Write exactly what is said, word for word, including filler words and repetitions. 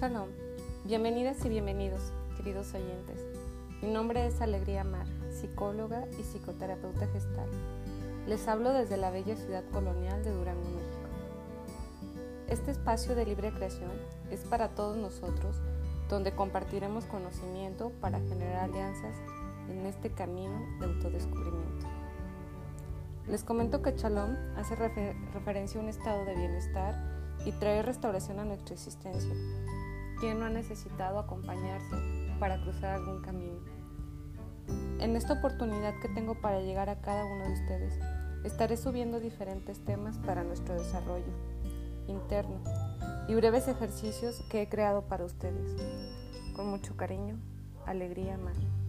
Shalom, bienvenidas y bienvenidos, queridos oyentes. Mi nombre es Alegría Mar, psicóloga y psicoterapeuta gestal. Les hablo desde la bella ciudad colonial de Durango, México. Este espacio de libre creación es para todos nosotros, donde compartiremos conocimiento para generar alianzas en este camino de autodescubrimiento. Les comento que Shalom hace refer- referencia a un estado de bienestar y trae restauración a nuestra existencia. ¿Quién no ha necesitado acompañarse para cruzar algún camino? En esta oportunidad que tengo para llegar a cada uno de ustedes, estaré subiendo diferentes temas para nuestro desarrollo interno y breves ejercicios que he creado para ustedes. Con mucho cariño, Alegría Mar.